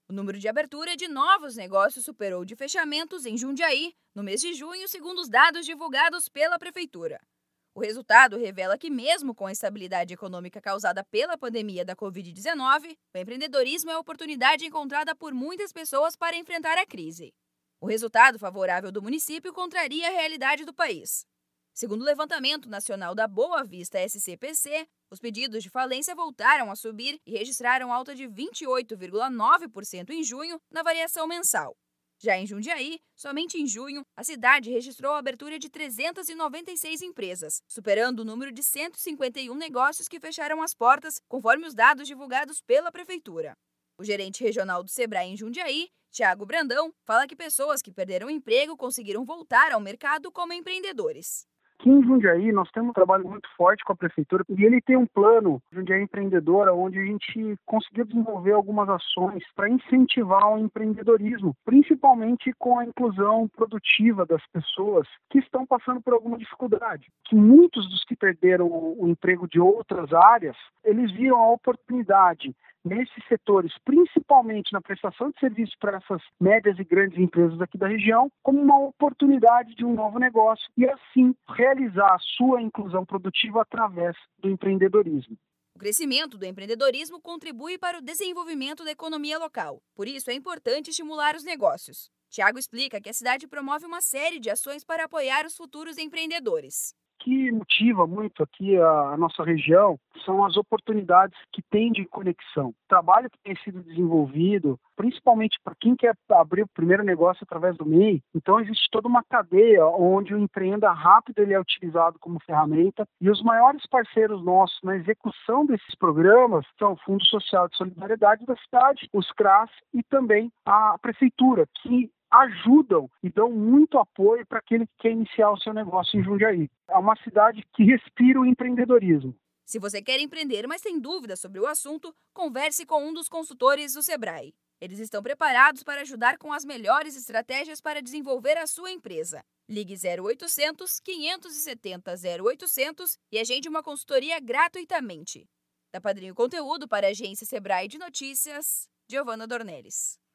O número de abertura de novos negócios superou o de fechamentos em Jundiaí, no mês de junho, segundo os dados divulgados pela Prefeitura. O resultado revela que, mesmo com a estabilidade econômica causada pela pandemia da Covid-19, o empreendedorismo é a oportunidade encontrada por muitas pessoas para enfrentar a crise. O resultado favorável do município contraria a realidade do país. Segundo o levantamento nacional da Boa Vista SCPC, os pedidos de falência voltaram a subir e registraram alta de 28,9% em junho na variação mensal. Já em Jundiaí, somente em junho, a cidade registrou a abertura de 396 empresas, superando o número de 151 negócios que fecharam as portas, conforme os dados divulgados pela Prefeitura. O gerente regional do Sebrae em Jundiaí, Thiago Brandão, fala que pessoas que perderam o emprego conseguiram voltar ao mercado como empreendedores. Aqui em Jundiaí, nós temos um trabalho muito forte com a Prefeitura e ele tem um plano, Jundiaí Empreendedora, onde a gente conseguiu desenvolver algumas ações para incentivar o empreendedorismo, principalmente com a inclusão produtiva das pessoas que estão passando por alguma dificuldade. Que muitos dos que perderam o emprego de outras áreas, eles viram a oportunidade nesses setores, principalmente na prestação de serviços para essas médias e grandes empresas aqui da região, como uma oportunidade de um novo negócio e, assim, realizar a sua inclusão produtiva através do empreendedorismo. O crescimento do empreendedorismo contribui para o desenvolvimento da economia local. Por isso, é importante estimular os negócios. Thiago explica que a cidade promove uma série de ações para apoiar os futuros empreendedores. O que motiva muito aqui a nossa região são as oportunidades que tem de conexão. O trabalho que tem sido desenvolvido, principalmente para quem quer abrir o primeiro negócio através do MEI, então existe toda uma cadeia onde o Empreenda Rápido ele é utilizado como ferramenta e os maiores parceiros nossos na execução desses programas são o Fundo Social de Solidariedade da cidade, os CRAS e também a Prefeitura, que ajudam e dão muito apoio para aquele que quer iniciar o seu negócio em Jundiaí. É uma cidade que respira o empreendedorismo. Se você quer empreender, mas tem dúvidas sobre o assunto, converse com um dos consultores do Sebrae. Eles estão preparados para ajudar com as melhores estratégias para desenvolver a sua empresa. Ligue 0800 570 0800 e agende uma consultoria gratuitamente. Da Padrinho Conteúdo para a agência Sebrae de Notícias, Giovana Dornelles.